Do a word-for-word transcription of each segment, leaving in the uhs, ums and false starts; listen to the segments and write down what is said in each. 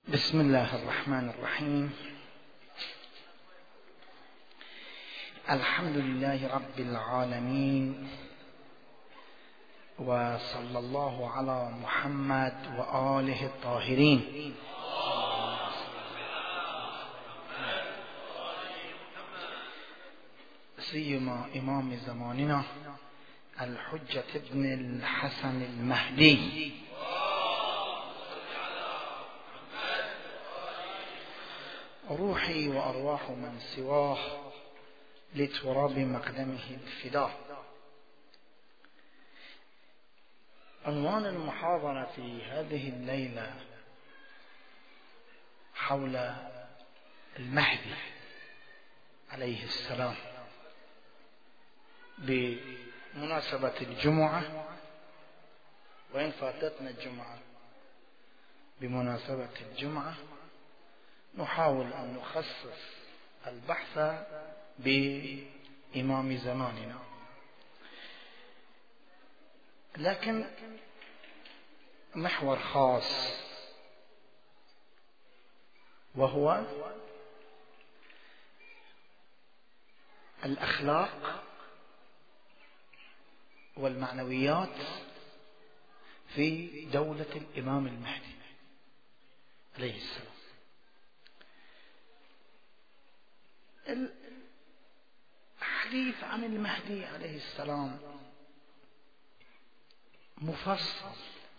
بسم الله الرحمن الرحيم. الحمد لله رب العالمين، وصلى الله على محمد وآله الطاهرين. سيما إمام زماننا الحجة ابن الحسن المهدي روحي وأرواح من سواه لتراب مقدمه الفداء. عنوان المحاضرة في هذه الليلة حول المهدي عليه السلام بمناسبة الجمعة، وإن فاتتنا الجمعة بمناسبة الجمعة نحاول أن نخصص البحث بإمام زماننا، لكن محور خاص وهو الأخلاق والمعنويات في دولة الإمام المهدي عليه السلام. الحديث عن المهدي عليه السلام مفصل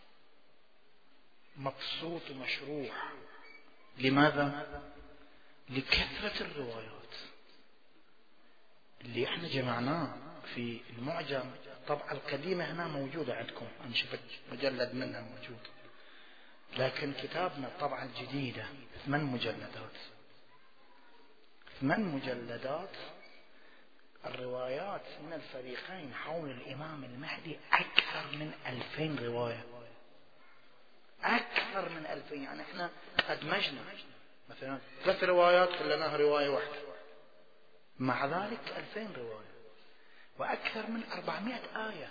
مبسوط ومشروح. لماذا؟ لكثرة الروايات اللي احنا جمعناه في المعجم. الطبعة القديمة هنا موجودة عندكم، أنا شفت مجلد منها موجود، لكن كتابنا الطبعة الجديدة ثمان مجلدات ثمان مجلدات الروايات من الفريقين حول الإمام المهدي أكثر من ألفين رواية، أكثر من ألفين. يعني إحنا أدمجنا مثلا ثلاث روايات خليناها رواية واحدة، مع ذلك ألفين رواية وأكثر من أربعمائة آية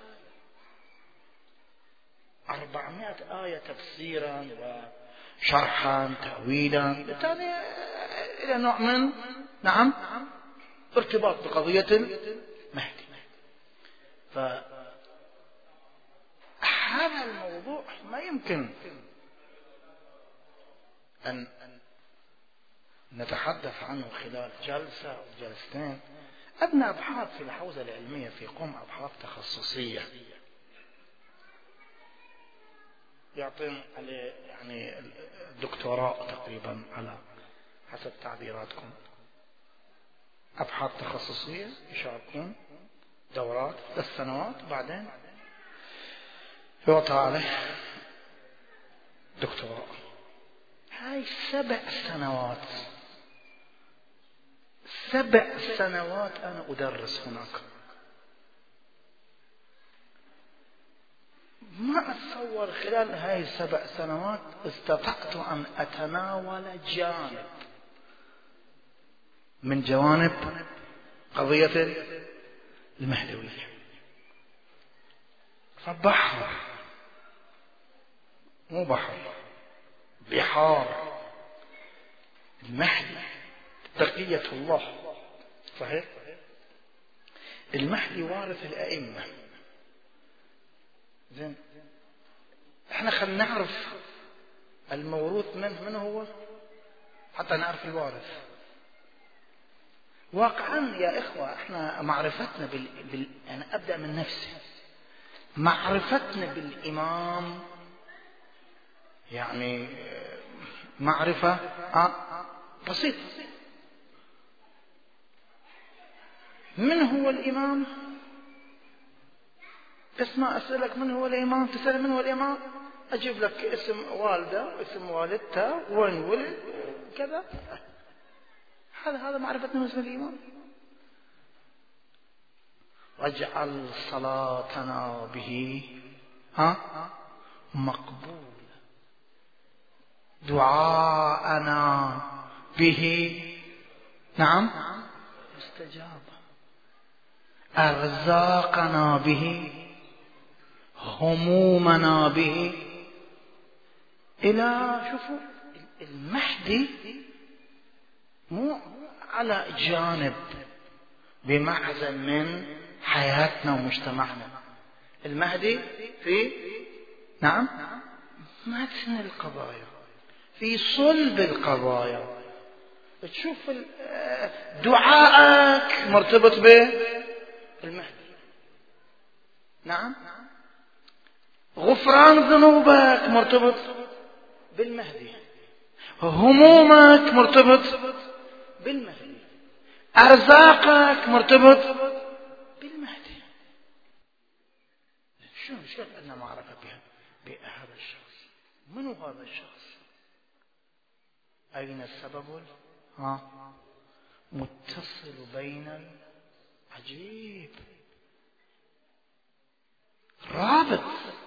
أربعمائة آية تفسيرا وشرحا تأويلا، بالتالي إلى نوع من نعم ارتباط بقضية المهدي. فهذا الموضوع ما يمكن أن نتحدث عنه خلال جلسة أو جلستين. أبنى أبحاث في الحوزة العلمية في قوم أبحاث تخصصية يعطون عليه يعني الدكتوراه تقريبا على حسب تعبيراتكم، أبحاث تخصصية يشاركون دورات ثلاث سنوات، بعدين يعطى عليه دكتوراه. هاي سبع سنوات سبع سنوات أنا أدرس هناك. ما أتصور خلال هاي السبع سنوات استطعت أن أتناول جانب من جوانب قضية المهدوية. فبحر مو بحر، بحار. المهدي تقية الله، صحيح؟ المهدي وارث الأئمة. زين، احنا خلينا نعرف الموروث منه من هو حتى نعرف الوارث. واقعا يا إخوة احنا معرفتنا بال... بال... أنا أبدأ من نفسي. معرفتنا بالإمام يعني معرفة آه بسيطة. من هو الإمام؟ اسمع أسألك من هو الإمام، تسأل من هو الإمام، أجيب لك اسم والده واسم والدته وين ولد كذا. هذا هذا معرفتنا باسم الإمام. واجعل صلاتنا به ها مقبول، دعاءنا به نعم مستجاب، أرزاقنا به، همومنا به، إلى شوفوا المهدي مو على جانب بمعزل من حياتنا ومجتمعنا. المهدي في نعم متن القضايا، في صلب القضايا. تشوف دعائك مرتبط بالمهدي، نعم، غفران ذنوبك مرتبط بالمهدي، همومك مرتبط بالمهدي، أرزاقك مرتبط بالمهدي. شو شو أن معرفة بها بهذا الشخص؟ من هو هذا الشخص؟ أين السبب؟ ها متصل بين عجيب رابط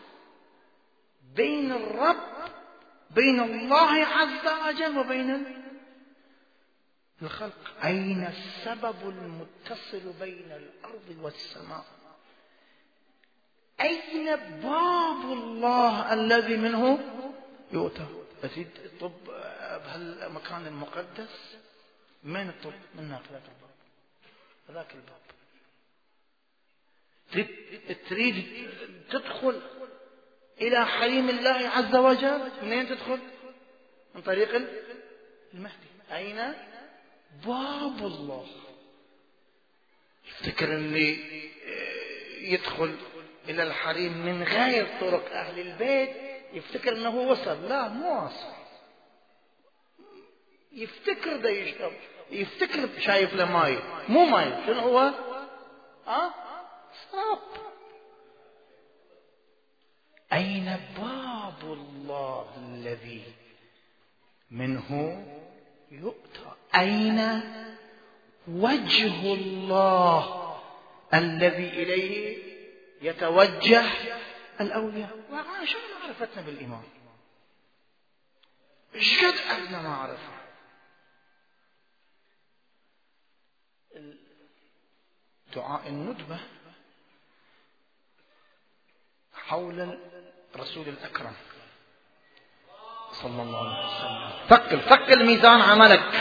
بين الرب، بين الله عز وجل وبين الخلق. أين السبب المتصل بين الأرض والسماء؟ أين باب الله الذي منه يؤتى؟ أزيد الطب بهالمكان المقدس، من الطب؟ من ناقلة الباب، هذاك الباب. تريد تدخل إلى حريم الله عز وجل، منين تدخل؟ من طريق المهدي. أين باب الله؟ يفتكر اللي يدخل إلى الحريم من غير طرق أهل البيت يفتكر أنه وصل. لا، مو وصل. يفتكر ده يشرب، يفتكر شايف له ماي، مو ماي. شنو هو؟ أه؟ صاب. أين باب الله الذي منه يؤتى؟ أين وجه الله الذي إليه يتوجه الأولياء؟ وعاشا معرفتنا بالإمام ايش قد أهلنا معرفة. دعاء الندبة حول الرسول الأكرم صلى الله عليه وسلم. ثقل ثقل ميزان عملك،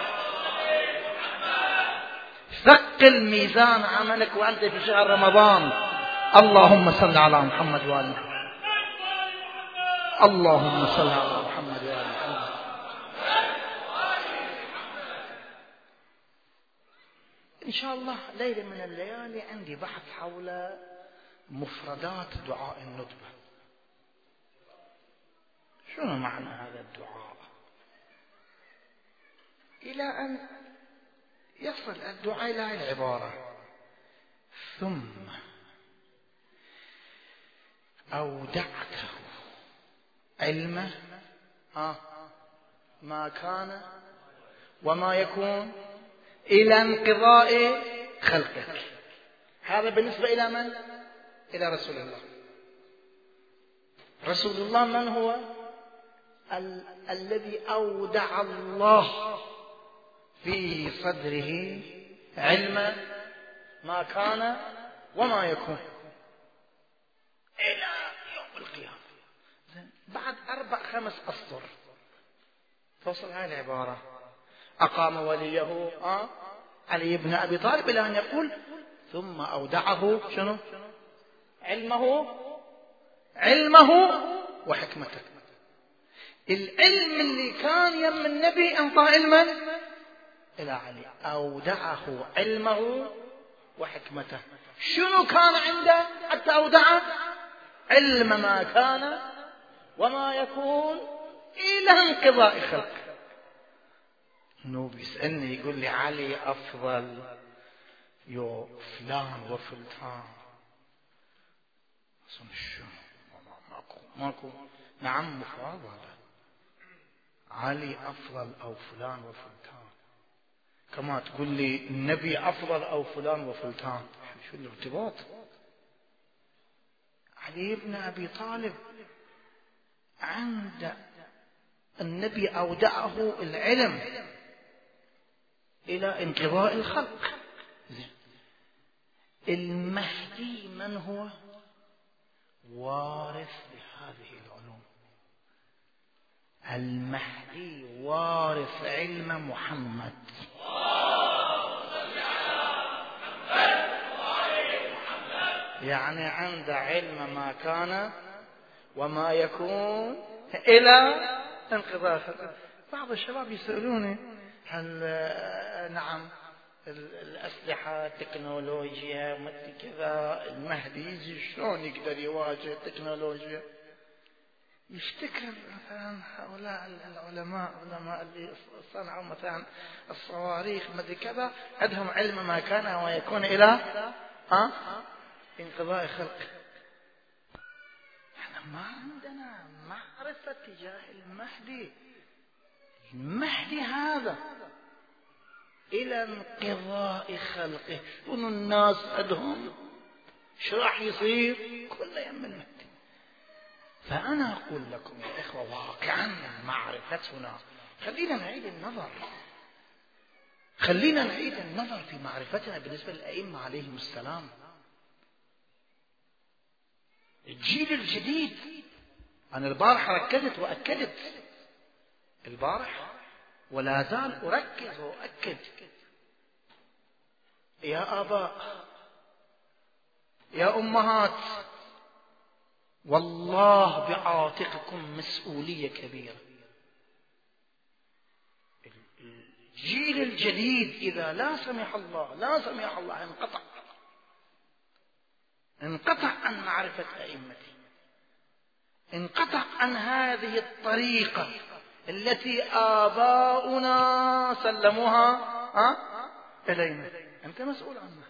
ثقل ميزان عملك وأنت في شهر رمضان. اللهم صل على محمد وآل محمد. اللهم صل على محمد وآل محمد. إن شاء الله ليلة من الليالي عندي بحث حول مفردات دعاء الندبة. شنو معنى هذا الدعاء؟ إلى أن يصل الدعاء إلى العبارة: ثم أودعته علمه آه ما كان وما يكون إلى انقضاء خلقك. هذا بالنسبة إلى من؟ إلى رسول الله. رسول الله من هو؟ ال- الذي أودع الله في صدره علم ما كان وما يكون إلى يوم القيامة. بعد أربع خمس أسطر توصل هذه العبارة: أقام وليه آه علي بن أبي طالب إلى أن يقول: ثم أودعه شنو؟ علمه علمه وحكمته. العلم اللي كان يم النبي أنطى علما إلى علي، أودعه علمه وحكمته. شنو كان عنده حتى أودعه؟ علم ما كان وما يكون إلى انقضاء خلق. إنه بيسألني يقول لي: علي أفضل يو فلان وفلان؟ شنو؟ ماكو ماكو نعم مفاضلة. علي أفضل أو فلان وفلان، كما تقول لي النبي أفضل أو فلان وفلان. شو الارتباط؟ علي بن أبي طالب عند النبي أودعه العلم إلى انقضاء الخلق. المهدي من هو؟ وارث لهذه العلوم. المهدي وارث علم محمد. يعني عنده علم ما كان وما يكون إلى انقضاء. بعض الشباب يسألوني هل نعم الأسلحة التكنولوجيا مثل كذا المهدي يجي شلون يقدر يواجه التكنولوجيا؟ يفتكر مثلا هؤلاء العلماء علماء اللي صنعوا مثلا الصواريخ مثل كذا عندهم علم ما كان ويكون إلى ها انقضاء خلق. احنا ما عندنا معرفة تجاه المهدي. المهدي هذا إلى انقضاء خلقه. يكون الناس عندهم شو راح يصير كل يوم المهدي. فأنا أقول لكم يا إخوة واقعا معرفتنا خلينا نعيد النظر. خلينا نعيد النظر في معرفتنا بالنسبة للأئمة عليهم السلام. الجيل الجديد. أنا البارح ركزت وأكدت البارح ولا زال أركز وأكد. يا آباء يا أمهات والله بعاتقكم مسؤولية كبيرة. الجيل الجديد إذا لا سمح الله لا سمح الله انقطع انقطع عن معرفة أئمته، انقطع عن هذه الطريقة التي آباؤنا سلموها ها إلينا. أنت مسؤول عنها،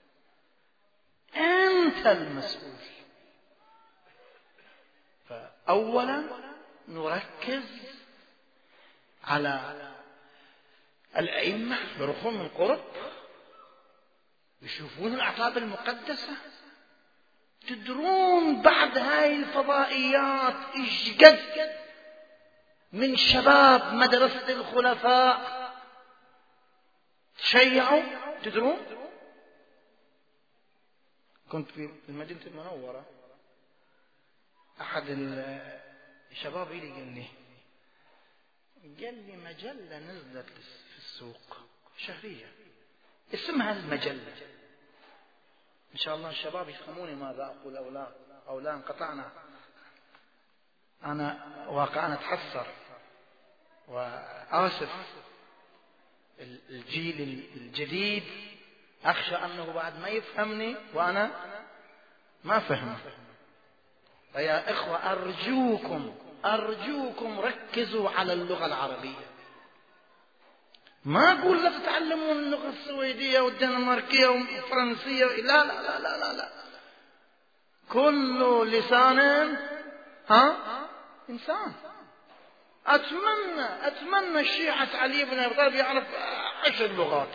أنت المسؤول. فأولا نركز على الأئمة يروحون من قرب يشوفون الأعتاب المقدسة. تدرون بعد هاي الفضائيات إيش قد من شباب مدرسة الخلفاء تشيعوا؟ تدرون كنت في المدينة المنورة أحد الشباب يلي قال لي قال لي مجلة نزلت في السوق شهرية اسمها المجلة. إن شاء الله الشباب يفهموني ماذا أقول أو لا أو لا انقطعنا. أنا واقعا أتحسر وآسف. الجيل الجديد أخشى أنه بعد ما يفهمني وأنا ما فهمه. فيا إخوة أرجوكم أرجوكم ركزوا على اللغة العربية. ما أقول لا تتعلمون اللغة السويدية والدنماركية والفرنسية، لا لا لا لا لا, لا. كل لسان ها إنسان. أتمنى أتمنى الشيعة علي بن أبي طالب يعرف عشر لغات،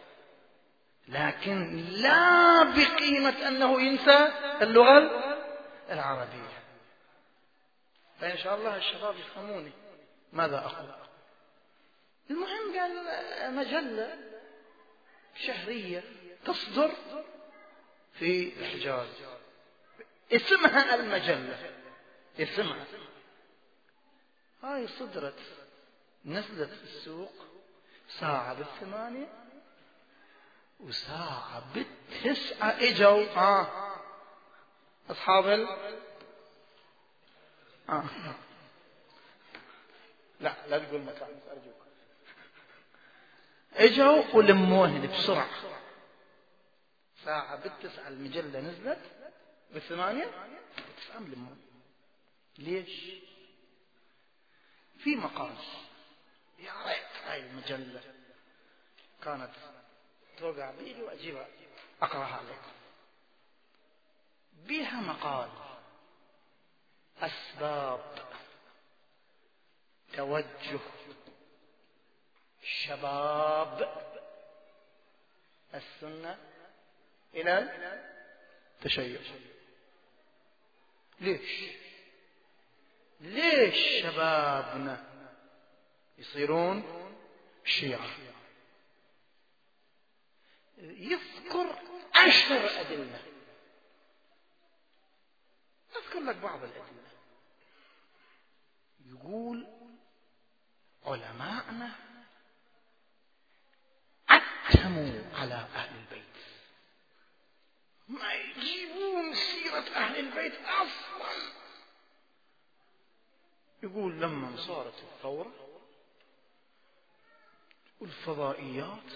لكن لا بقيمة أنه ينسى اللغة العربية. فإن شاء الله الشباب يفهموني ماذا أقول. المهم قال مجلة شهرية تصدر في الحجاز اسمها المجلة. اسمها هاي صدرت نزلت في السوق ساعة بالثمانية وساعة بالتسعة اجوا ها أصحاب ال آه. لا لا تقول مكان أرجوك. اجوا ولموهن بسرعة. ساعة بالتسعة المجلة نزلت بالثمانية بالتسعة ملموهن. ليش؟ في مقال يا ريت هاي المجلة كانت توقع بيدي وأجيبها أقرأها لكم. بها مقال أسباب توجه شباب السنة إلى التشيع. ليش؟ ليش شبابنا يصيرون شيعة؟ يذكر عشر أدلة. أذكر لك بعض الأدلة. يقول علماءنا عتموا على أهل البيت، ما يجيبون سيرة أهل البيت أصلا. يقول لما صارت الثورة والفضائيات،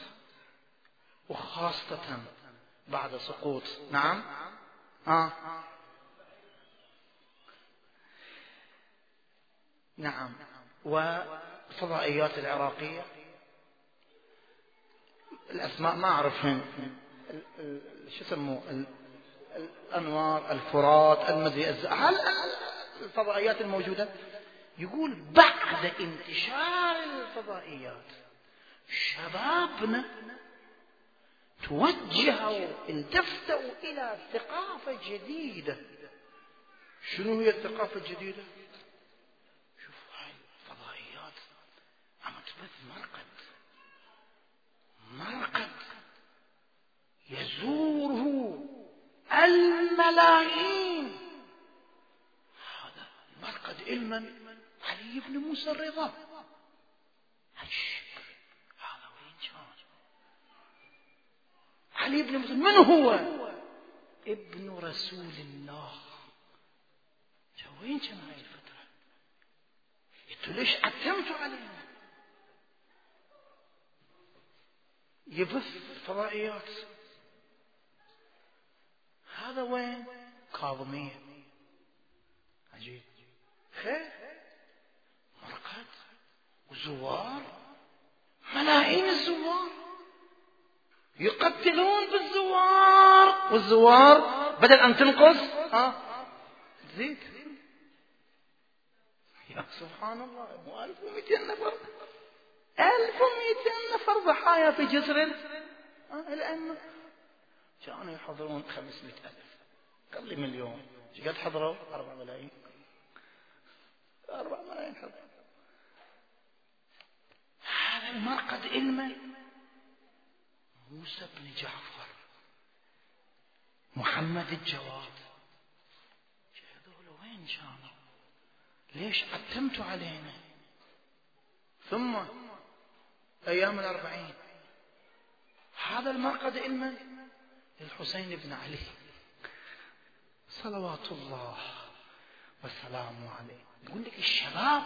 وخاصة بعد سقوط نعم آه. نعم والفضائيات العراقية، الأسماء ما أعرفهم، شو يسموه، الأنوار، الفرات، المزي، هل الفضائيات الموجودة. يقول بعد انتشار الفضائيات شبابنا توجهوا التفتوا إلى ثقافة جديدة. شنو هي الثقافة الجديدة؟ شوفوا هاي الفضائيات عم تبث مرقد، مرقد يزوره الملايين. هذا المرقد علما علي بن موسى الرضا. الشكر هذا وين كان؟ علي بن موسى من هو؟ ابن رسول الله. وين كان هاي الفترة؟ انتوا ليش عتمتوا علينا؟ يبث فضائيات. هذا وين؟ كاظمية. عجيب. خير مرقد وزوار، ملايين الزوار يقتلون بالزوار، والزوار بدل أن تنقص ها تزيد. يا سبحان الله، مو ألف ومئتين نفر، ألف ومئتين نفر ضحايا في جسر الأئمة. كانوا يحضرون خمسمائة ألف قبل مليون. ايش قد حضروا؟ أربعة ملايين. أربعة ملايين حضروا. هذا المرقد علما موسى بن جعفر، محمد الجواد، هذول وين كانوا؟ ليش عتمتوا علينا؟ ثم أيام الأربعين هذا المرقد علما للحسين بن علي صلوات الله وسلامه عليه. يقول لك الشباب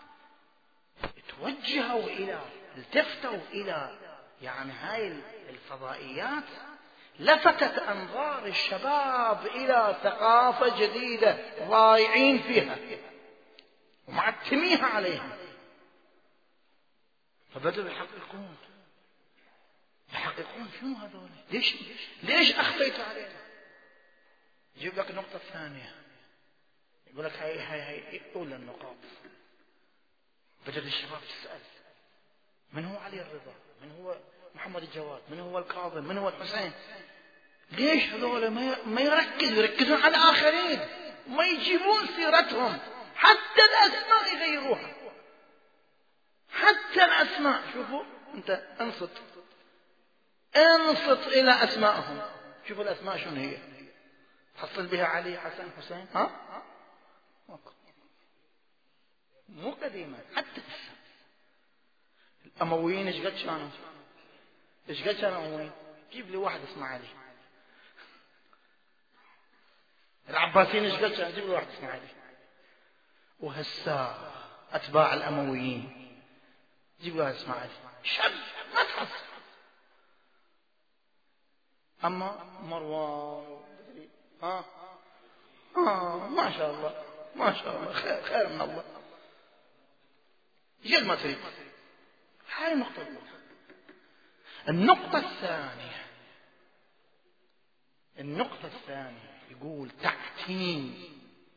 توجهوا إلى التفتوا إلى يعني هاي الفضائيات، لفتت أنظار الشباب إلى ثقافة جديدة ضايعين فيها ومعتميها عليها، فبدأوا يحققون يحققون شنو هذول؟ ليش ليش أخفيتوا علينا؟ يجيب لك النقطة الثانية، يقول لك هاي هاي هاي أولى النقاط. بدأ الشباب تسأل من هو علي الرضا، من هو محمد الجواد، من هو الكاظم، من هو الحسين. ليش هذول ما يركزوا يركزون على الآخرين، ما يجيبون سيرتهم، حتى الأسماء يغيروها، حتى الأسماء. شوفوا أنت انصت انصت إلى أسمائهم، شوفوا الأسماء شنو هي، حصل بها علي حسن حسين ها مو قديمة. حتى الأمويين ايش قد كانوا؟ ايش قد كانوا الأمويين؟ جيب لي واحد اسمه علي. العباسيين ايش قد كانوا؟ جيب لي واحد اسمه علي. وهسا أتباع الأمويين جيب لي واحد اسمه علي. شب ما تحصل. أما مروان ها آه ما شاء الله ما شاء الله، خير, خير من الله، جد ما تريد. هاي النقطة الأولى. النقطة الثانية النقطة الثانية يقول تعتيم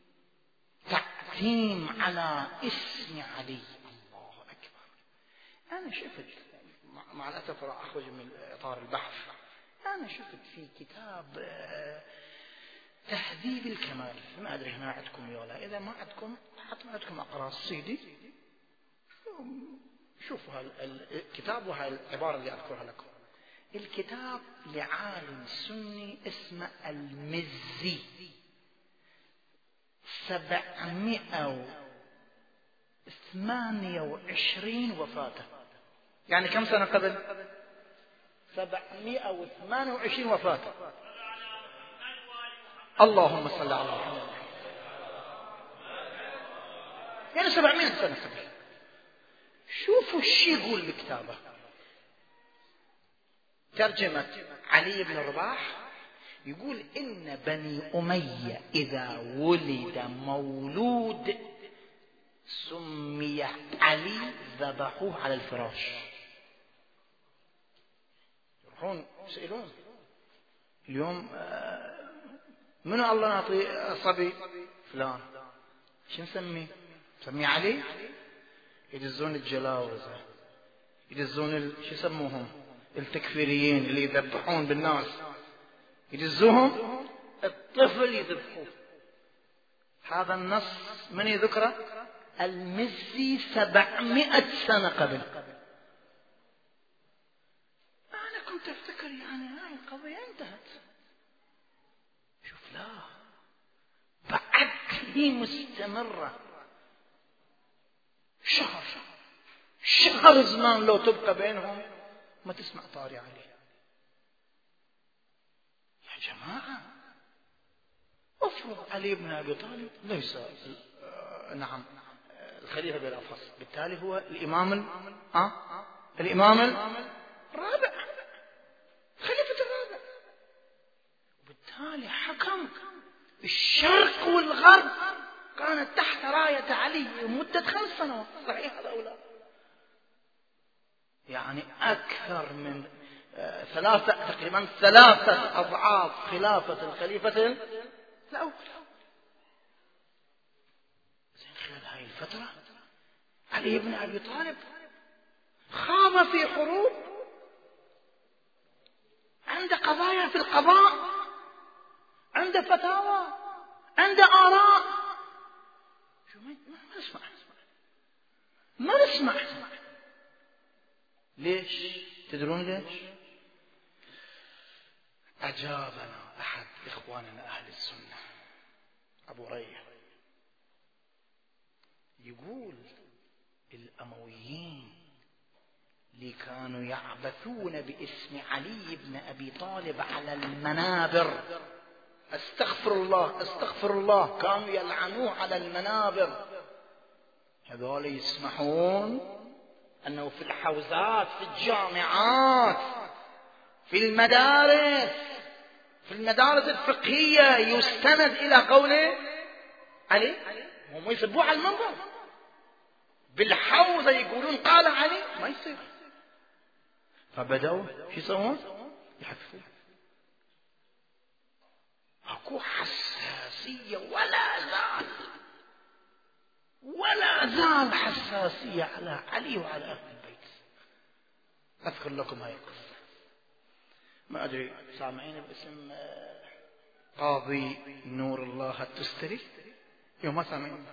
تعتيم على اسم علي. الله أكبر. أنا شفت مع الأسف راح أخرج من إطار البحث، أنا شفت في كتاب تهذيب الكمال، ما أدري هنا عندكم ولا، إذا ما عندكم حتى ما عندكم أقراص سيدي شوفوا الكتاب وهاي العبارة اللي أذكرها لكم. الكتاب لعالم سني اسمه المزي، سبعمائة ثمانية وعشرين وفاته، يعني كم سنة قبل؟ سبعمائة وثمانية وعشرين وفاته. اللهم صل على محمد. يعني سبعمائة سنة قبل. شوفوا الشيء يقول بكتابه. ترجمة علي بن رباح يقول إن بني أمية إذا ولد مولود سمي علي ذبحوه على الفراش. يروحون يسألون اليوم منو الله نعطي صبي فلان، شو نسميه؟ نسميه علي. يدزون الجلاوزة، يدزون ال... شو يسموهم التكفيريين اللي يذبحون بالناس، يدزوهم الطفل يذبحوه. هذا النص من يذكره؟ المزي سبعمائة سنة قبل. أنا كنت أفتكر يعني هاي القضية انتهت. شوف لا، بعد هي مستمرة. شهر شهر زمان لو تبقى بينهم ما تسمع طاري عليه. يا جماعة افرض علي بن أبي طالب ليس نعم الخليفة بلا فصل، بالتالي هو الإمام ال... أه؟ الإمام الرابع، خليفة الرابع، وبالتالي حكم الشرق والغرب كانت تحت راية علي مدة خمس سنوات. صحيح هذا أو لا؟ يعني أكثر من ثلاثة تقريبا ثلاثة أضعاف خلافة الخليفة الأول. زين خلال هاي الفترة علي بن أبي طالب خاض في حروب، عنده قضايا في القضاء، عنده فتاوى، عنده آراء. شو ما نسمع ما نسمع ليش؟ تدرون ليش؟ أجابنا أحد إخواننا أهل السنة أبو ريح يقول الأمويين اللي كانوا يعبثون باسم علي بن أبي طالب على المنابر، استغفر الله استغفر الله، كانوا يلعنوه على المنابر. هذول يسمحون أنه في الحوزات، في الجامعات، في المدارس، في المدارس الفقهية يستند إلى قوله علي، هم يسبوه على المنبر بالحوزة يقولون قال علي، ما يصير. فبدأوا شو يسوون؟ يحذفون. اكو حساسية ولا زال ولا زال حساسية على علي وعلى أهل البيت. أذكر لكم هاي القصة، ما أدري سامعين باسم قاضي نور الله التستري؟ يوم ما سامعين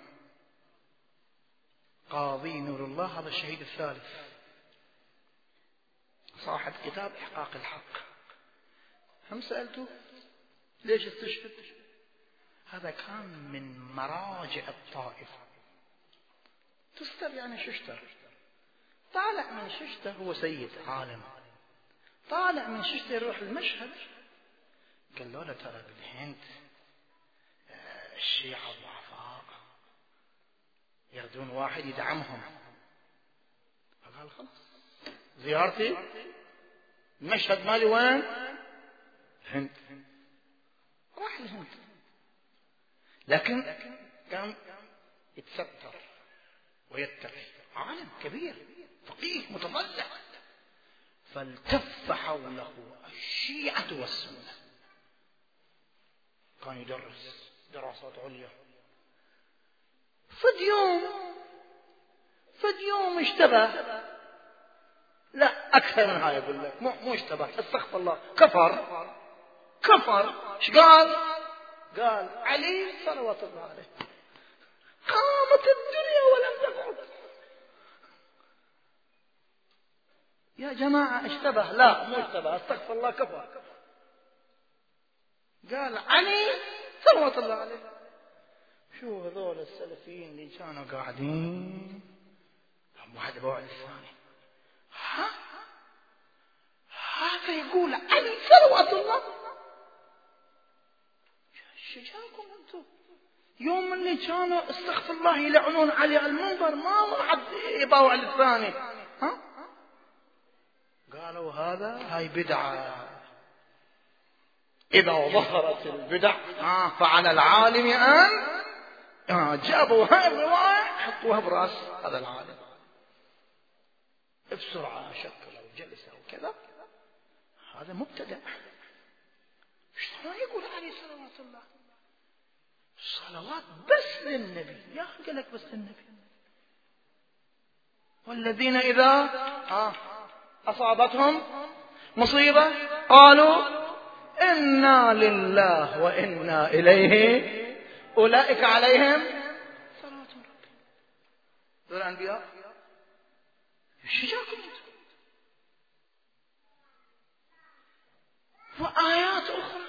قاضي نور الله، هذا الشهيد الثالث صاحب كتاب إحقاق الحق. هم سألته ليش استشهد؟ هذا كان من مراجع الطائفة. تستر يعني ششتر، طالع من ششتر، هو سيد عالم، طالع من ششتر يروح المشهد. قال له ترى بالهند الشيعة ضعفاء يردون واحد يدعمهم. فقال خلاص زيارتي المشهد مالي وين؟ الهند. راح الهند، لكن كان يتستر ويتقي، عالم كبير فقيه متضلع. فالتف حوله الشيعة والسنة، كان يدرس دراسات عليا. فد يوم فد يوم اشتبه، لا أكثر من هاي أقول لك، مو مو اشتبه، استغفر الله، كفر كفر. ايش قال؟ قال علي صلوات الله عليه. قامت الدنيا ولم تقعد. يا جماعة اشتبه؟ لا مو اشتبه، استغفر الله، كفر. قال علي صلوات الله عليه. شو هذول السلفيين اللي كانوا قاعدين واحد بعد الثاني، ها هذا يقول علي صلوات الله، شو جاكم انتم؟ يوم اللي كانوا استغفر الله يلعنون علي على المنبر ما واحد يباوع الثاني، ها قالوا هذا هاي بدعة. إذا ظهرت البدع آه فعلى العالم أن آه جابوا هاي الرواية حطوها براس هذا العالم بسرعة، شكلوا وجلسوا وكذا. هذا مبتدع. شلون يقول عليه صلوات الله صلوات بس للنبي؟ يا أخي قال لك بس للنبي. والذين إذا آه أصابتهم مصيبة قالوا إنا لله وإنا إليه أولئك عليهم صلوات ربهم. دول الأنبياء ايش جاكم؟ وآيات أخرى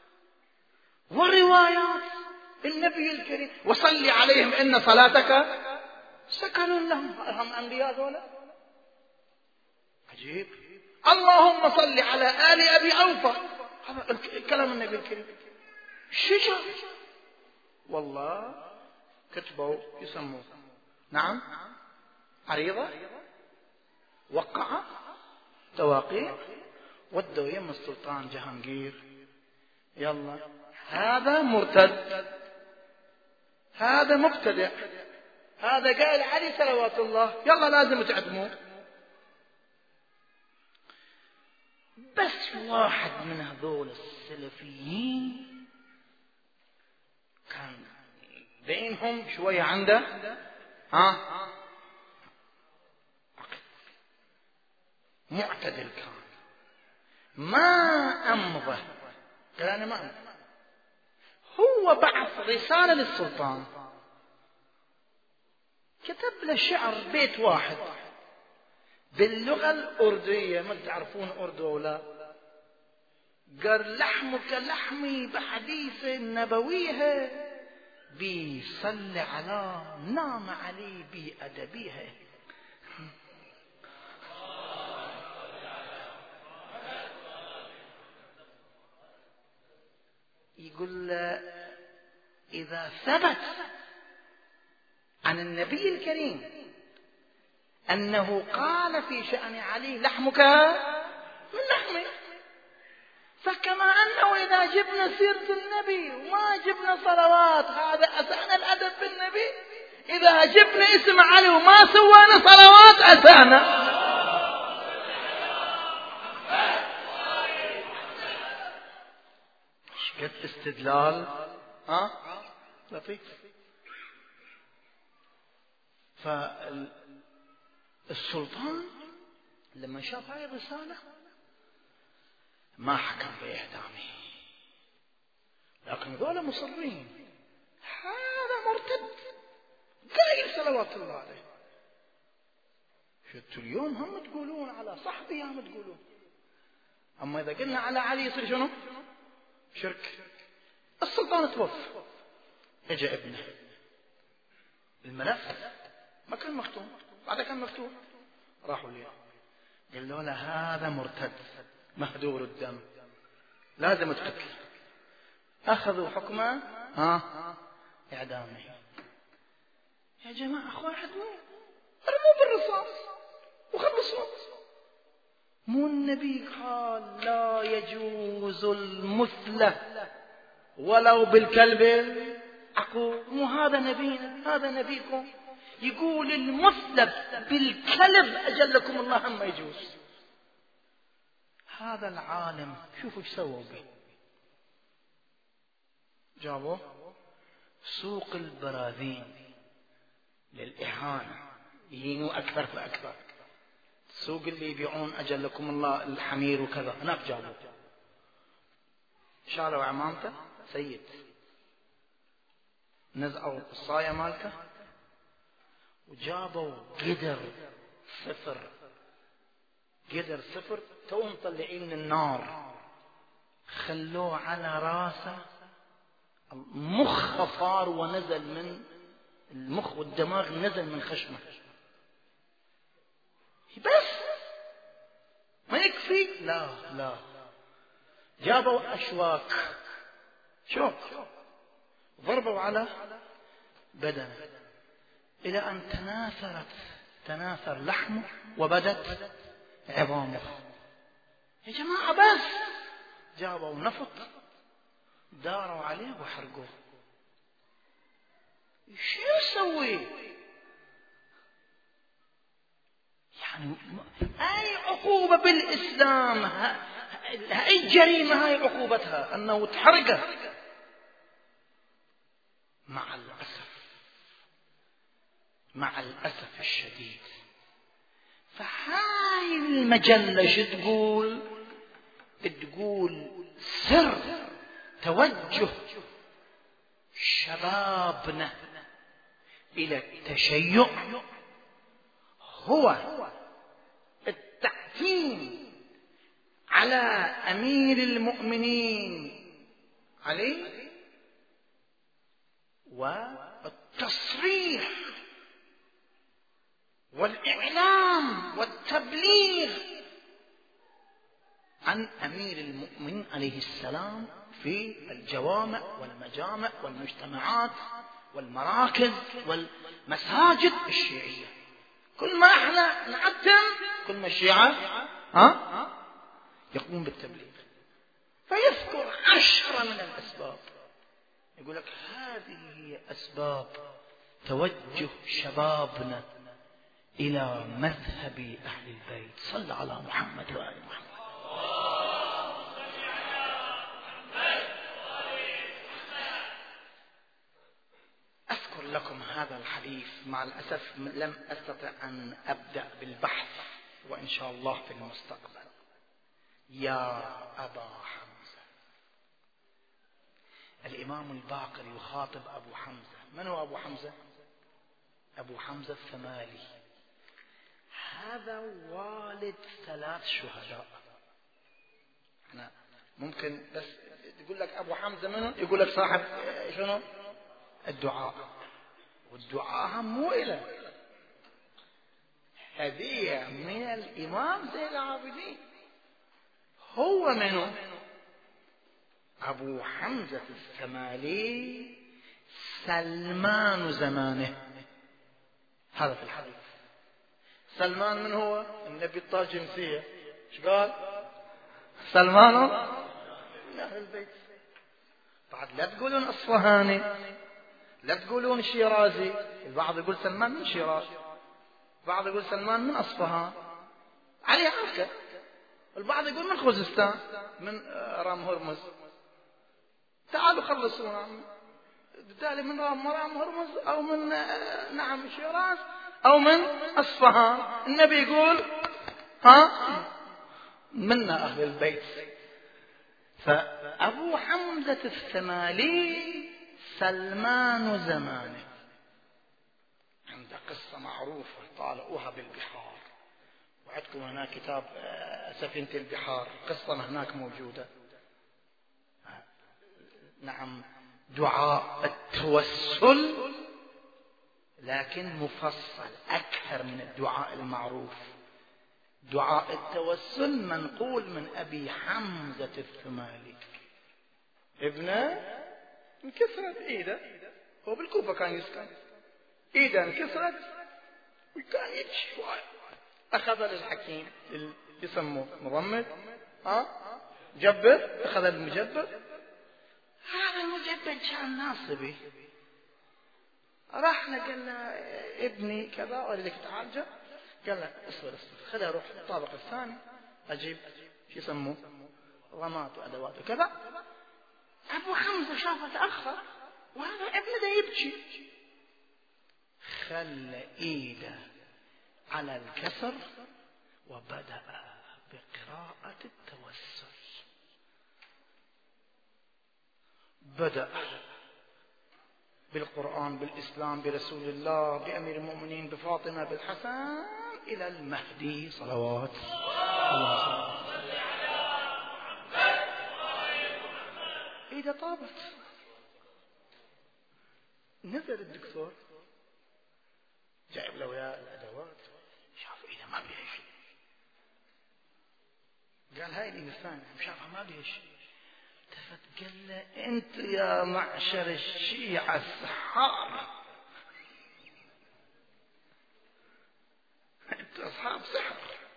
وروايات النبي الكريم وصلي عليهم إن صلاتك سكن لهم. هم أنبياء ذولا؟ عجيب. اللهم صل على آل أبي أوفى، هذا كلام النبي الكريم. شجر والله كتبوا يسموه نعم عريضة وقعة تواقيع ودوا يم السلطان جهانجير. يلا هذا مرتد، هذا مبتدع، هذا قال علي صلوات الله، يلا لازم تعدموه. بس واحد من هذول السلفيين كان بينهم شوية عنده ها معتدل، كان ما أمضى، قال أنا ما أمضى. هو بعث رسالة للسلطان، كتب له شعر بيت واحد باللغة الأردية، ما تعرفون أردو ولا؟ قال لحمك لحمي بحديث النبوية بيصل على نام علي بأدبيها. يقول إذا ثبت عن النبي الكريم أنه قال في شأن علي لحمك من لحمي، فكما أنه إذا جبنا سيرة النبي وما جبنا صلوات هذا أسأنا الأدب بالنبي، إذا جبنا اسم علي وما سوانا صلوات أسأنا. شكت استدلال ها لطيف. فالسلطان لما شاف هاي الرسالة ما حكم بإعدامه، لكن ذولا مصرين هذا مرتد قايل صلوات الله عليه. شفتوا اليوم هم تقولون على صحبه، هم تقولون، أما إذا قلنا على علي يصير شنو؟ شرك. السلطان توفى، اجى ابنه، الملف ما كان مختوم، بعد كان مفتوح، راحوا ليه قالوا له هذا مرتد مهدور الدم لازم تقتله. أخذوا حكمه ها إعدامه. يا جماعة أخوان حدموه، ارموا بالرصاص وخلصوا. مو النبي قال لا يجوز المثلة ولو بالكلب عقور؟ مو هذا نبينا، هذا نبيكم يقول المثلب بالكلب أجلكم الله ما يجوز. هذا العالم شوفوا ايش سووا به، جابوا سوق البراذين للإهانة، يهينوا أكثر فأكثر. السوق اللي يبيعون أجلكم الله الحمير وكذا هناك جابوا، شالوا عمامته سيد، نزعوا الصاية مالته وجابوا قدر صفر، قدر صفر تو مطلعين من النار، خلوه على راسه المخ صار ونزل من المخ والدماغ، نزل من خشمه بس ما يكفي. لا لا، جابوا أشواك شوك ضربوا على بدنه إلى أن تناثرت تناثر لحمه وبدت عظامه. يا جماعة بس جابوا نفط داروا عليه وحرقوه. شو يسوي؟ يعني أي عقوبة بالإسلام؟ أي جريمة هاي عقوبتها أنه تحرقه. مع الأسف مع الأسف الشديد، فهاي المجلة شو تقول؟ تقول سر توجه شبابنا إلى التشيع هو التعتيم على أمير المؤمنين علي، والتصريح والإعلام والتبليغ عن أمير المؤمنين عليه السلام في الجوامع والمجامع والمجتمعات والمراكز والمساجد الشيعية. كل ما احنا نعتم كل ما الشيعة ها يقوم بالتبليغ. فيذكر عشرة من الأسباب، يقول لك هذه هي أسباب توجه شبابنا إلى مذهب أهل البيت. صل على محمد وآل محمد. أذكر لكم هذا الحديث، مع الأسف لم أستطع أن أبدأ بالبحث، وإن شاء الله في المستقبل. يا أبا حمزة، الإمام الباقر يخاطب أبو حمزة. من هو أبو حمزة؟ أبو حمزة الثمالي، هذا والد ثلاث شهداء. أنا ممكن بس يقول لك أبو حمزة منه، يقول لك صاحب شنو؟ الدعاء. والدعاء هم مو إله، هدية من الإمام زين العابدين. هو منه أبو حمزة الثمالي سلمان زمانه. هذا في الحديث. سلمان من هو؟ النبي الطاج جنسية. ايش قال؟ سلمان من أهل البيت. بعد لا تقولون أصفهاني، لا تقولون شيرازي. البعض يقول سلمان من شيراز، البعض يقول سلمان من أصفهان علي عركة، البعض يقول من خوزستان من رام هرمز. تعالوا خلصونا. بالتالي من رام هرمز أو من نعم شيراز أو من أصفهان. النبي يقول ها منا أهل البيت. فأبو حمزة الثمالي سلمان زمانه. عنده قصة معروفة طالعوها بالبحار، وعندكم هناك كتاب سفينة البحار، قصة هناك موجودة. نعم، دعاء التوسل لكن مفصل أكثر من الدعاء المعروف. دعاء التوسل منقول من أبي حمزة الثمالي. ابنه انكسرت ايده، هو بالكوفة كان يسكن، ايده انكسرت وكان يمشي. أخذ للحكيم يسموه مضمد، ها جبر، أخذ المجبر. هذا المجبر كان ناصبي، راح له قال له ابني كذا أريد لك تعالجه. قال له اصبر اصبر، خليه اروح الطابق الثاني اجيب شو يسموه رمات وادوات وكذا. ابو حمزه شافه تاخر وهذا ابنه ده يبكي، خلى ايده على الكسر وبدأ بقراءة التوسل. بدأ بالقرآن، بالإسلام، برسول الله، بأمير المؤمنين، بفاطمة، بالحسن، إلى المهدي صلوات الله. إذا طابت نزل الدكتور جايب له وياه الادوات، شاف اذا ما بيها شيء، قال هاي الانسان شافها ما بيها شيء، التفت قال له انت يا معشر الشيعة السحار، انت اصحاب سحر.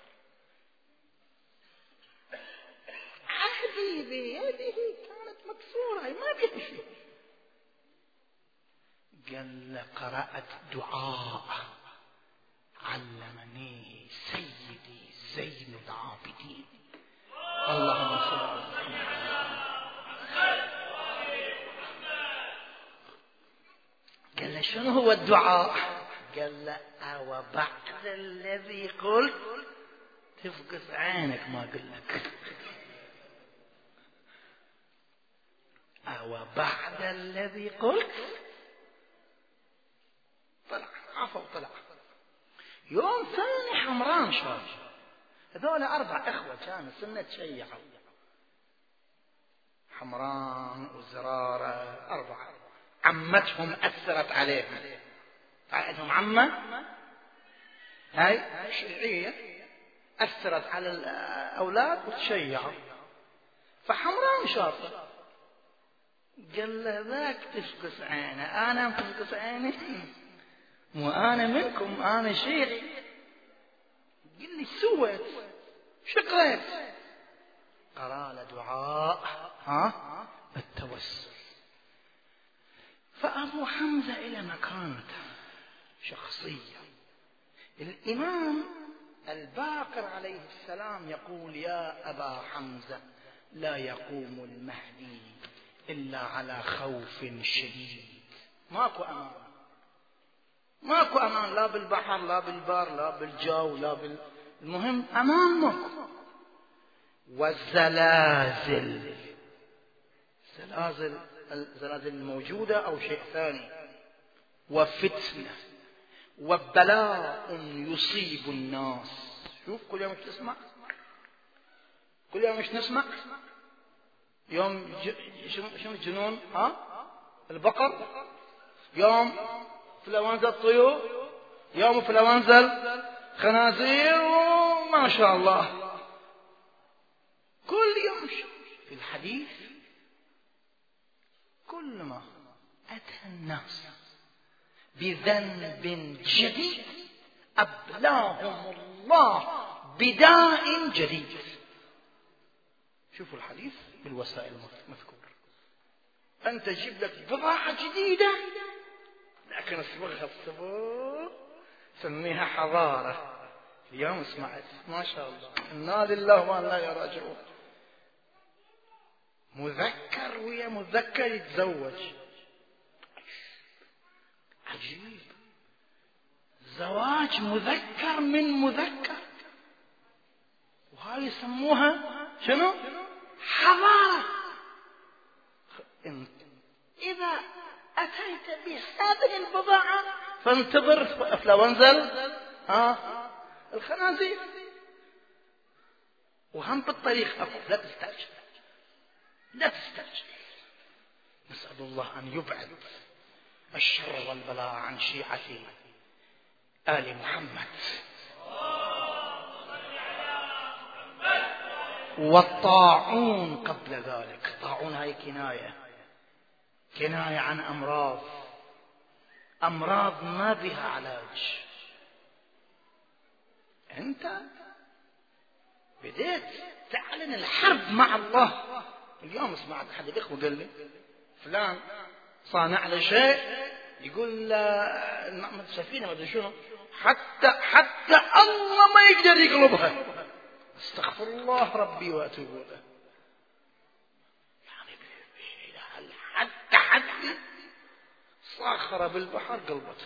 حبيبي هذه كانت مكسورة ما بيها شيء. قال له قرأت دعاء علمنيه سيدي زين العابدين، اللهم صل على محمد. قال له شنو هو الدعاء؟ قال له أو بعد الذي قلت تفقس عينك ما أقول لك، أو بعد الذي قلت. طلع عفوا طلع. يوم ثاني حمران شاف هذول أربع إخوة كانوا سنة شيعة، حمران وزرارة أربعة، عمتهم أثرت عليهم، عندهم عمة هاي شيعية أثرت على الأولاد وتشيعوا، فحمران شافه قال له ذاك تفقس عينه، أنا تفقس عيني مو أنا منكم، أنا شيعي. قل لي سويت شقريت؟ قرأ له دعاء ها التوسل. فأبو حمزة إلى مكانته شخصية. الإمام الباقر عليه السلام يقول يا أبا حمزة لا يقوم المهدي إلا على خوف شديد. ماكو أمان، ماكو أمان، لا بالبحر لا بالبر لا بالجو لا بال... المهم أمان ماكو. والزلازل، زلازل الزلازل الموجودة أو شيء ثاني، وفتنة وبلاء يصيب الناس. شوف كل يوم مش تسمع، كل يوم مش نسمع يوم ج... شنو الجنون ها البقر، يوم فلوانزا الطيور، يوم فلوانزا الخنازير، وما شاء الله كل يوم. في الحديث كلما أتى الناس بذنب جديد أبلاهم الله بداء جديد. شوفوا الحديث بالوسائل المذكورة. أنت تجيب لك بضاعة جديدة لكن اصبغها الصبغ سميها حضارة. اليوم سمعت ما شاء الله إنا لله وإنا إليه راجعون، مذكر ويا مذكر يتزوج، عجيب، زواج مذكر من مذكر، وهاي يسموها شنو؟ حضارة. إذا أتيت بهذه البضاعة فانتظر فلونزل ها الخنازير، وهم بالطريق أكو، لا تستعجل لا تستعجل. نسأل الله أن يبعد الشر والبلاء عن شيعة آل محمد. والطاعون قبل ذلك، طاعون هاي كناية كناية عن أمراض، أمراض ما بها علاج. أنت بديت تعلن الحرب مع الله. اليوم سمعت أحد الإخوة قال لي فلان صانع له شيء، يقول نعمة سفينة ما أدري شنو، حتى حتى الله ما يقدر يقلبها. استغفر الله ربي وأتوب له. يعني حتى حتى صخرة بالبحر قلبته،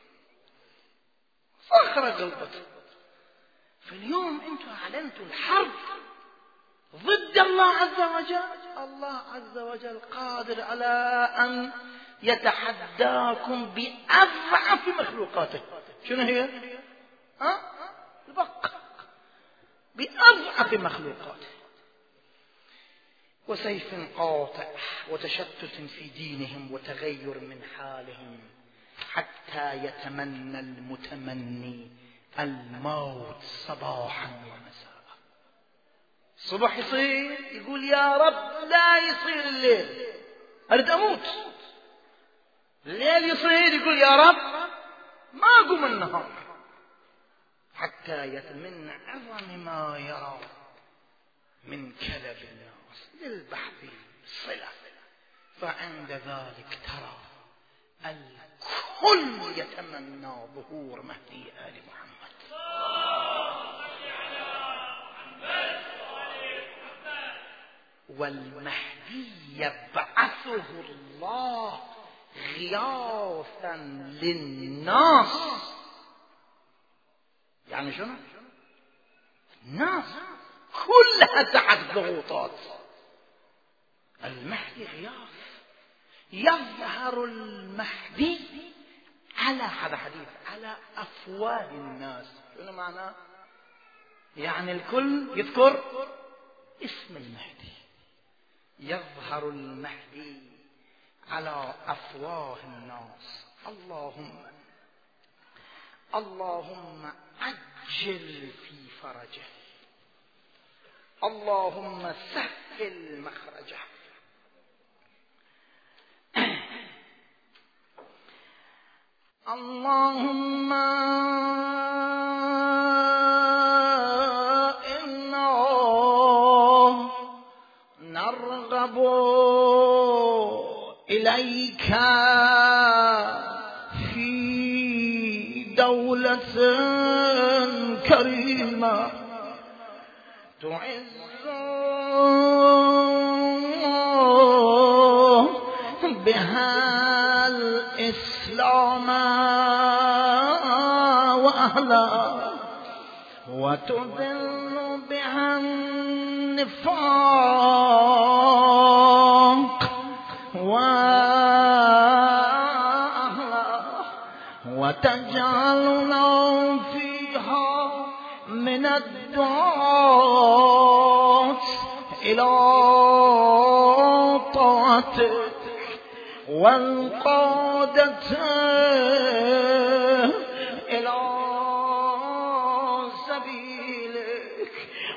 صخرة قلبته. فاليوم أنتم أعلنتوا الحرب ضد الله عز وجل. الله عز وجل قادر على أن يتحداكم بأضعف مخلوقاته. شنو هي؟ ها؟ البق، بأضعف مخلوقاته. وسيف قاطع وتشتت في دينهم وتغير من حالهم، حتى يتمنى المتمني الموت صباحا ومساء. الصبح يصير يقول يا رب لا يصير الليل، أريد أموت. الليل يصير يقول يا رب ما أقوم النهار، حتى يتمنى عظم ما يرى من كلب الناس للبحث صلة، فعند ذلك ترى الكل يتمنى ظهور مهدي آل محمد. والمهدي يبعثه الله غياثا للناس. يعني شنو؟ الناس كلها تحت ضغوطات، المهدي غياث. يظهر المهدي على هذا حديث على أفواه الناس. شنو معناه؟ يعني الكل يذكر اسم المهدي. يظهر المهدي على أفواه الناس. اللهم اللهم عجل في فرجه، اللهم سهل مخرجه. اللهم إنا نرغب إليك في دولة كريمة تعز بها الإسلام وأهله، وتذل بها النفاق وأهله، وتجعلنا فيها من الدعاة إلى طاعتك والقادة إلى سبيلك،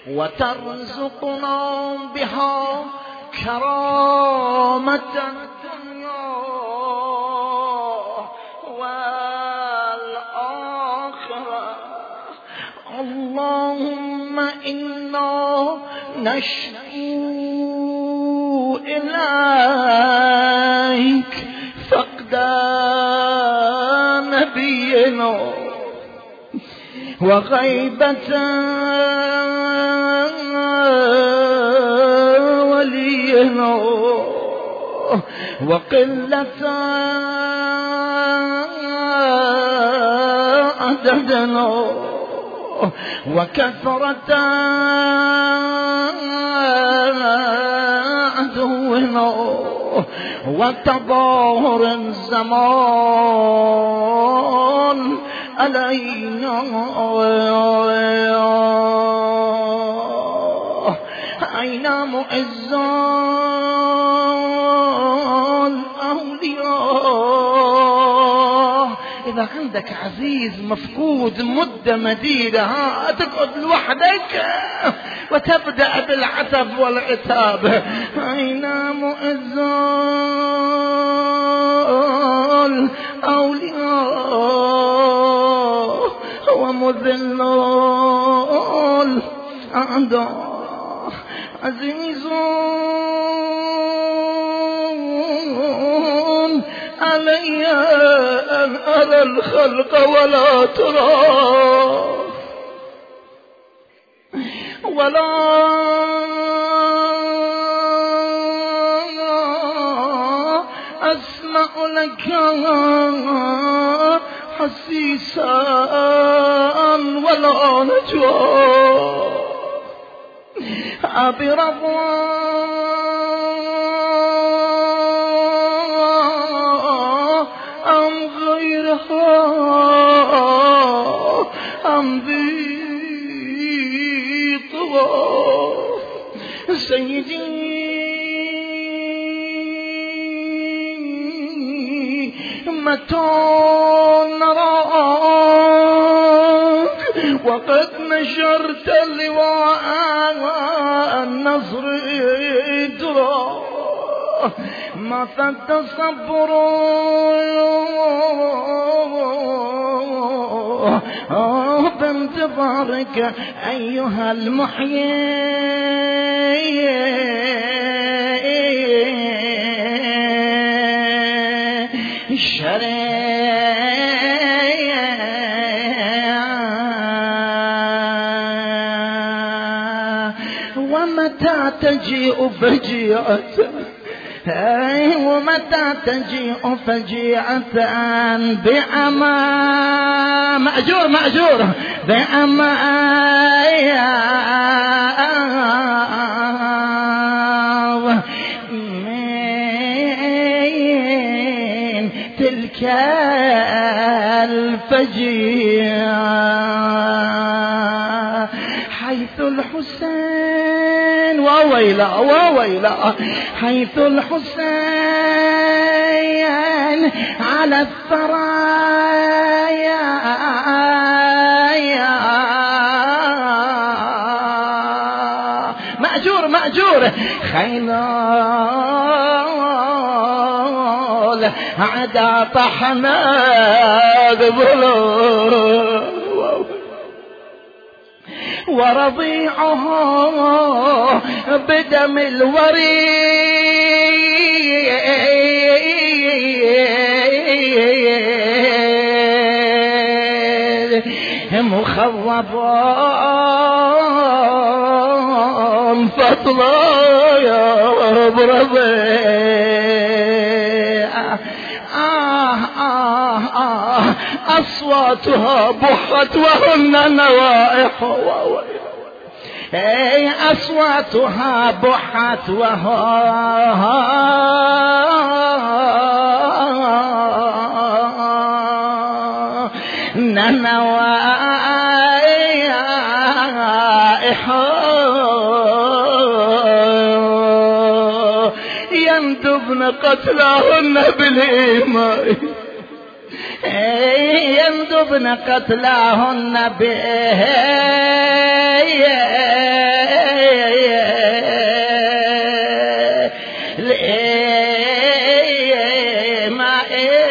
وترزقنا بها كرامة الدنيا والآخرة. اللهم إنا نشكو إليك فقد نبينا وغيبة ولينا وقلة عددنا وكثرة عدونا وتظاهر الزمان علينا. أين معز الأولياء؟ إذا عندك عزيز مفقود مدة مديدة ها تقعد لوحدك وتبدأ بالعتب والعتاب. أين معز الأولياء ومذل الأعداء؟ عزيز علي أن أرى الخلق ولا ترى ولا أسمع لك حسيسا ولا نجوى أبرضا أم غيرها أم ذي طوى سيدي نعمة نراك وقد نشرت اللواء النصر ترى ما فالتصبر بانتظارك أيها المحيي الشريعة ومتى تجيء فجيعة ومتى تجيء فجيعة بأمان مأجور مأجور بأمان من تلك الفجيعة حيث الحسين وويلا وويلا حيث الحسين على الثرايا مأجور مأجور خيلول عدا طحنا قبله ورضيعه بدم الوريد مخضب فطلا يا رب رضيع آه آه آه أصواتها بحت وهن نوائح أي أصواتها بحت وهن نوائح يندبن قتلاهن بالإيمان يندبن قتلاهن بالإيمان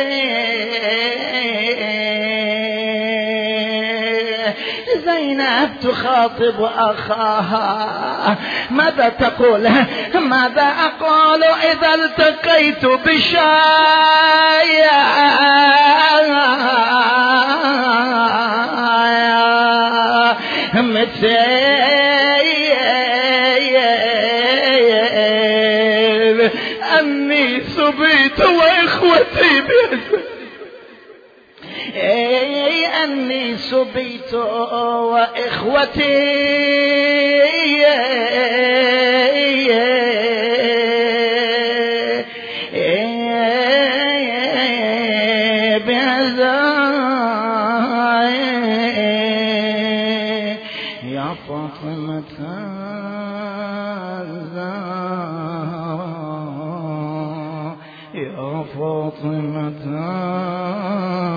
زينب تخاطب أخاها ماذا تقول ماذا أقول إذا التقيت بشايع متسيب أني سبيت وإخوتي بيت أي أني سبيت وإخوتي يا فاطمة الزهراء يا فاطمة